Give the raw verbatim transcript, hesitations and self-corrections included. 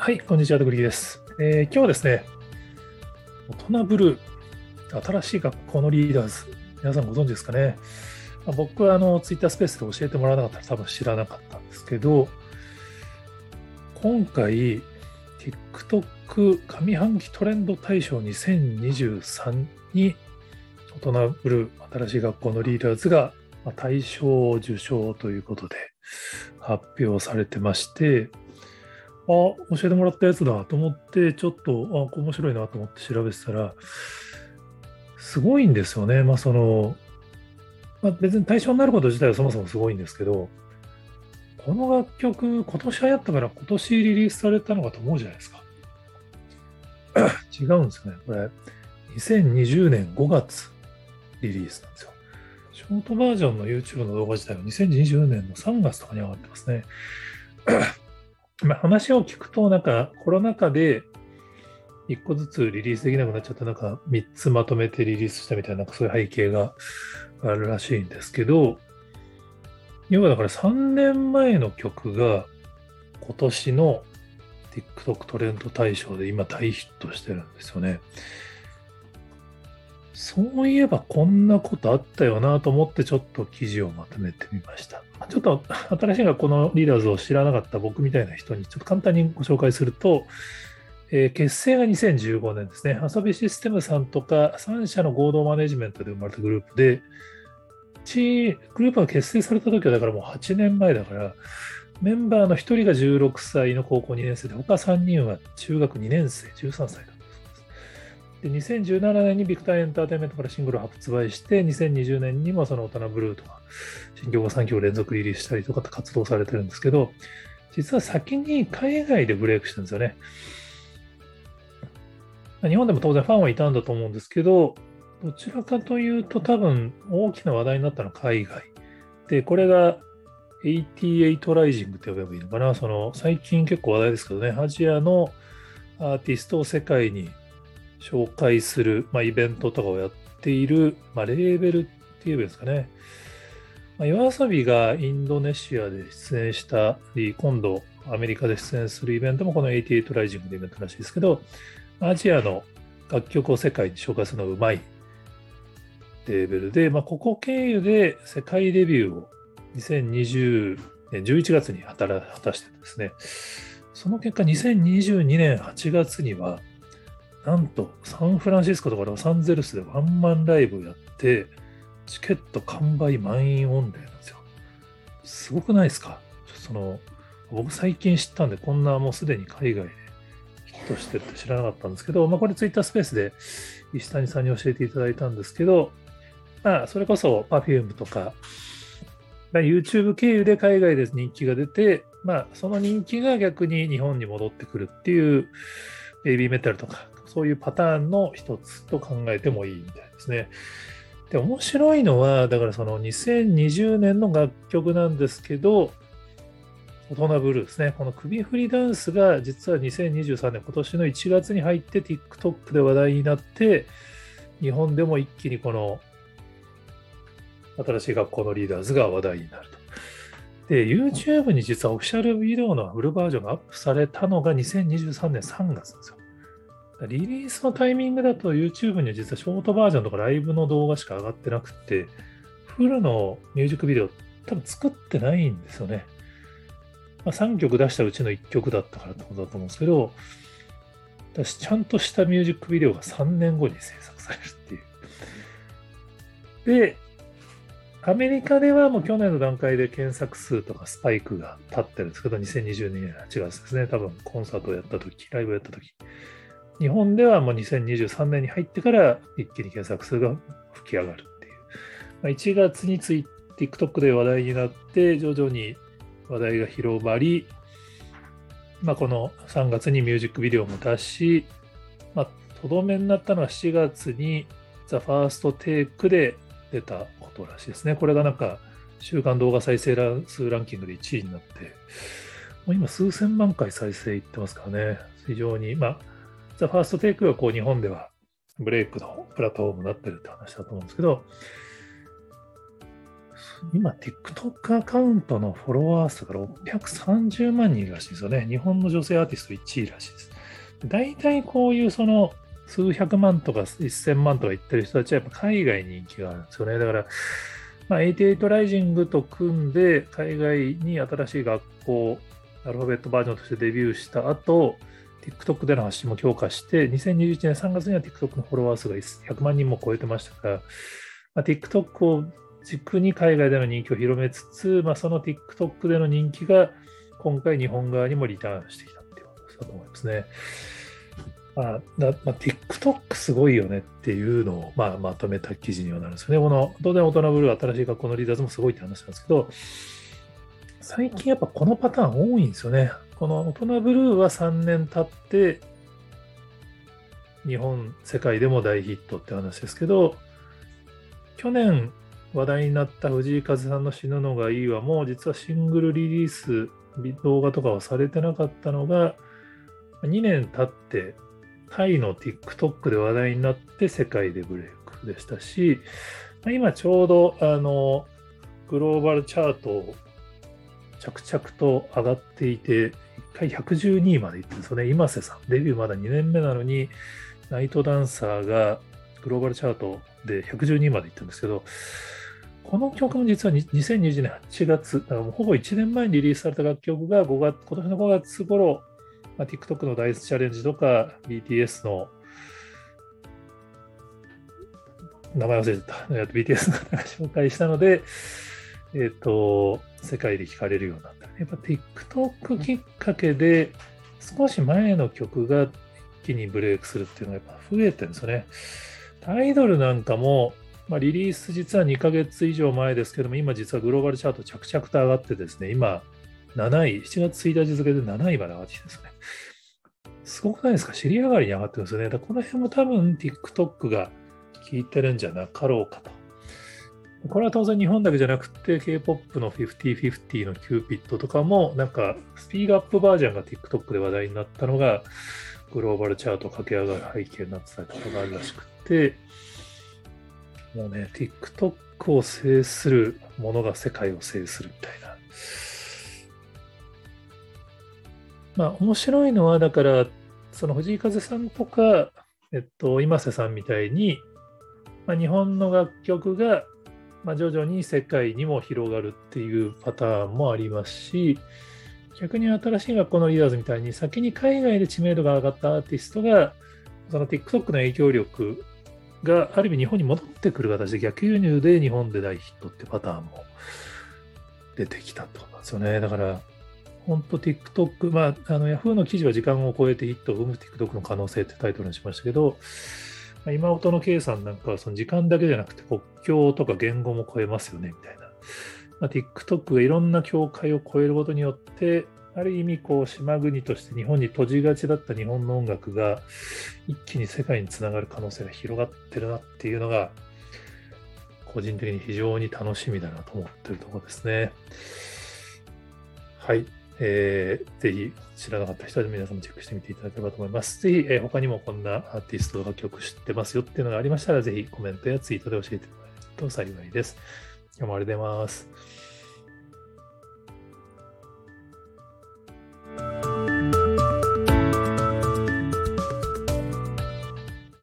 はい、こんにちは、とくりです。えー今日はですね、大人ブルー、新しい学校のリーダーズ、皆さんご存知ですかね。まあ僕はあのツイッタースペースで教えてもらわなかったら多分知らなかったんですけど、今回、TikTok 上半期トレンド大賞にせんにじゅうさんに大人ブルー、新しい学校のリーダーズがまあ大賞を受賞ということで発表されてまして、あ、教えてもらったやつだと思って、ちょっと、あ、面白いなと思って調べてたら、すごいんですよね。まあ、その、まあ、別に対象になること自体はそもそもすごいんですけど、この楽曲、今年流行ったから今年リリースされたのかと思うじゃないですか。違うんですよね。これ、にせんにじゅうねんごがつリリースなんですよ。ショートバージョンの YouTube の動画自体はにせんにじゅうねんのさんがつとかに上がってますね。まあ話を聞くと、なんかコロナ禍でいっこずつリリースできなくなっちゃった、なんかみっつまとめてリリースしたみたいな、なんかそういう背景があるらしいんですけど、要はだからさんねんまえの曲が今年の TikTok トレンド大賞で今大ヒットしてるんですよね。そういえばこんなことあったよなと思ってちょっと記事をまとめてみました。ちょっと新しい学校のリーダーズを知らなかった僕みたいな人にちょっと簡単にご紹介すると、えー結成がにせんじゅうごねんですね。遊びシステムさんとかさん社の合同マネジメントで生まれたグループで、ちグループが結成された時はだからもうはちねんまえだから、メンバーのひとりがじゅうろくさいの高校にねん生で、他さんにんは中学にねん生、じゅうさんさいだったそうです。で、にせんじゅうななねんにビクターエンターテインメントからシングルを発売して、にせんにじゅうねんにもその大人ブルーとか、新曲をさんきょく連続リリースしたりとかって活動されてるんですけど、実は先に海外でブレイクしたんですよね。日本でも当然ファンはいたんだと思うんですけど、どちらかというと多分大きな話題になったのは海外。で、これがはちじゅうはちライジングって呼べばいいのかな。その最近結構話題ですけどね、アジアのアーティストを世界に紹介する、まあ、イベントとかをやっている、まあ、レーベルっていうんですかね。まあ、YOASOBI がインドネシアで出演したり、今度アメリカで出演するイベントもこのはちじゅうはちライジングのイベントらしいですけど、アジアの楽曲を世界に紹介するのがうまいレーベルで、まあ、ここ経由で世界デビューをにせんにじゅうねんじゅういちがつに果たしてですね、その結果にせんにじゅうにねんはちがつには、なんとサンフランシスコとかロサンゼルスでワンマンライブをやって、チケット完売満員御礼なんですよ。すごくないですか？その僕最近知ったんで、こんなもうすでに海外でヒットしてるって知らなかったんですけど、まあ、これツイッタースペースで石谷さんに教えていただいたんですけど、まあ、それこそ Perfume とか、まあ YouTube 経由で海外で人気が出て、まあ、その人気が逆に日本に戻ってくるっていうベイビーメタルとか、そういうパターンの一つと考えてもいいみたいですね。で、面白いのは、だからそのにせんにじゅうねんの楽曲なんですけど、大人ブルーですね。この首振りダンスが実はにせんにじゅうさんねん、今年のいちがつに入って TikTok で話題になって、日本でも一気にこの新しい学校のリーダーズが話題になると。で、YouTube に実はオフィシャルビデオのフルバージョンがアップされたのがにせんにじゅうさんねんさんがつなんですよ。リリースのタイミングだと YouTube には実はショートバージョンとかライブの動画しか上がってなくて、フルのミュージックビデオ多分作ってないんですよね。まあ、さんきょく出したうちのいっきょくだったからってことだと思うんですけど、私ちゃんとしたミュージックビデオがさんねんごに制作されるっていう。で、アメリカではもう去年の段階で検索数とかスパイクが立ってるんですけど、にせんにじゅうにねんはちがつですね。多分コンサートをやったとき、ライブをやったとき。日本ではもうにせんにじゅうさんねんに入ってから一気に検索数が吹き上がるっていう。まあ、いちがつについ TikTok で話題になって、徐々に話題が広まり、まあ、このさんがつにミュージックビデオも出し、まあ、とどめになったのはしがつに The First Take で出たことらしいですね。これがなんか週間動画再生数ランキングでいちいになって、もう今数千万回再生いってますからね。非常に、まあ、The First Take がこう日本ではブレイクのプラットフォームになってるって話だと思うんですけど、 今、TikTok アカウントのフォロワー数がろっぴゃくさんじゅうまんにんいるらしいですよね。日本の女性アーティストいちいらしいです。大体こういうその数百万とかせんまんとか言ってる人たちはやっぱ海外に人気があるんですよね。だから、まあ、はちじゅうはちライジングと組んで海外に新しい学校、アルファベットバージョンとしてデビューした後、TikTok での発信も強化して、にせんにじゅういちねんさんがつには TikTok のフォロワー数がひゃくまんにんも超えてましたから、まあ、TikTok を軸に海外での人気を広めつつ、まあ、その TikTok での人気が今回日本側にもリターンしてきたっていうことだと思いますね。まあだまあ、TikTok すごいよねっていうのを、まあ、まとめた記事にはなるんですよね。この当然大人ブルー新しい学校のリーダーズもすごいって話なんですけど、最近やっぱこのパターン多いんですよね。この大人ブルーはさんねん経って日本、世界でも大ヒットって話ですけど、去年話題になった藤井風さんの死ぬのがいいはもう実はシングルリリース、動画とかはされてなかったのが、にねん経ってタイの TikTok で話題になって世界でブレイクでしたし、今ちょうどあのグローバルチャート着々と上がっていて、いっかいひゃくじゅうにいまでいってるんですよね。今瀬さん、デビューまだにねんめなのに、ナイトダンサーがグローバルチャートでひゃくじゅうにいまでいってるんですけど、この曲も実はにせんにじゅうねんはちがつ、もうほぼいちねんまえにリリースされた楽曲がごがつ、今年のごがつ頃、まあ、TikTok のダイスチャレンジとか ビーティーエス の名前忘れてた ビーティーエス の方が紹介したので、えっと、世界で聴かれるようになった。やっぱ TikTok きっかけで少し前の曲が一気にブレイクするっていうのがやっぱ増えてるんですよね。アイドルなんかも、まあ、リリース実はにかげつ以上前ですけども、今実はグローバルチャート着々と上がってですね、今なない、しちがつついたち付でなないまで上がってきてですね。すごくないですか？尻上がりに上がってるんですよね。だからこの辺も多分 TikTok が効いてるんじゃなかろうかと。これは当然日本だけじゃなくて K-ポップ のごじゅうごじゅうのキューピッドとかもなんかスピードアップバージョンが TikTok で話題になったのがグローバルチャート駆け上がる背景になってたりとかがあるらしくて、もうね TikTok を制するものが世界を制するみたいな。まあ面白いのはだからその藤井風さんとかえっと今瀬さんみたいに、まあ、日本の楽曲がまあ、徐々に世界にも広がるっていうパターンもありますし、逆に新しい学校のリーダーズみたいに先に海外で知名度が上がったアーティストがその TikTok の影響力がある意味日本に戻ってくる形で逆輸入で日本で大ヒットってパターンも出てきたってことなんですよね。だから本当 TikTok、まあ、あの Yahoo の記事は時間を超えてヒットを生む TikTok の可能性ってタイトルにしましたけど、今音の計算なんかはその時間だけじゃなくて国境とか言語も超えますよねみたいな。まあ、TikTok がいろんな境界を超えることによって、ある意味こう島国として日本に閉じがちだった日本の音楽が一気に世界につながる可能性が広がってるなっていうのが個人的に非常に楽しみだなと思ってるところですね。はい。えー、ぜひ知らなかった人は皆さんもチェックしてみていただければと思います。ぜひ、えー、他にもこんなアーティストとか曲知ってますよっていうのがありましたら、ぜひコメントやツイートで教えてもらえると幸いです。今日もありがとうございます。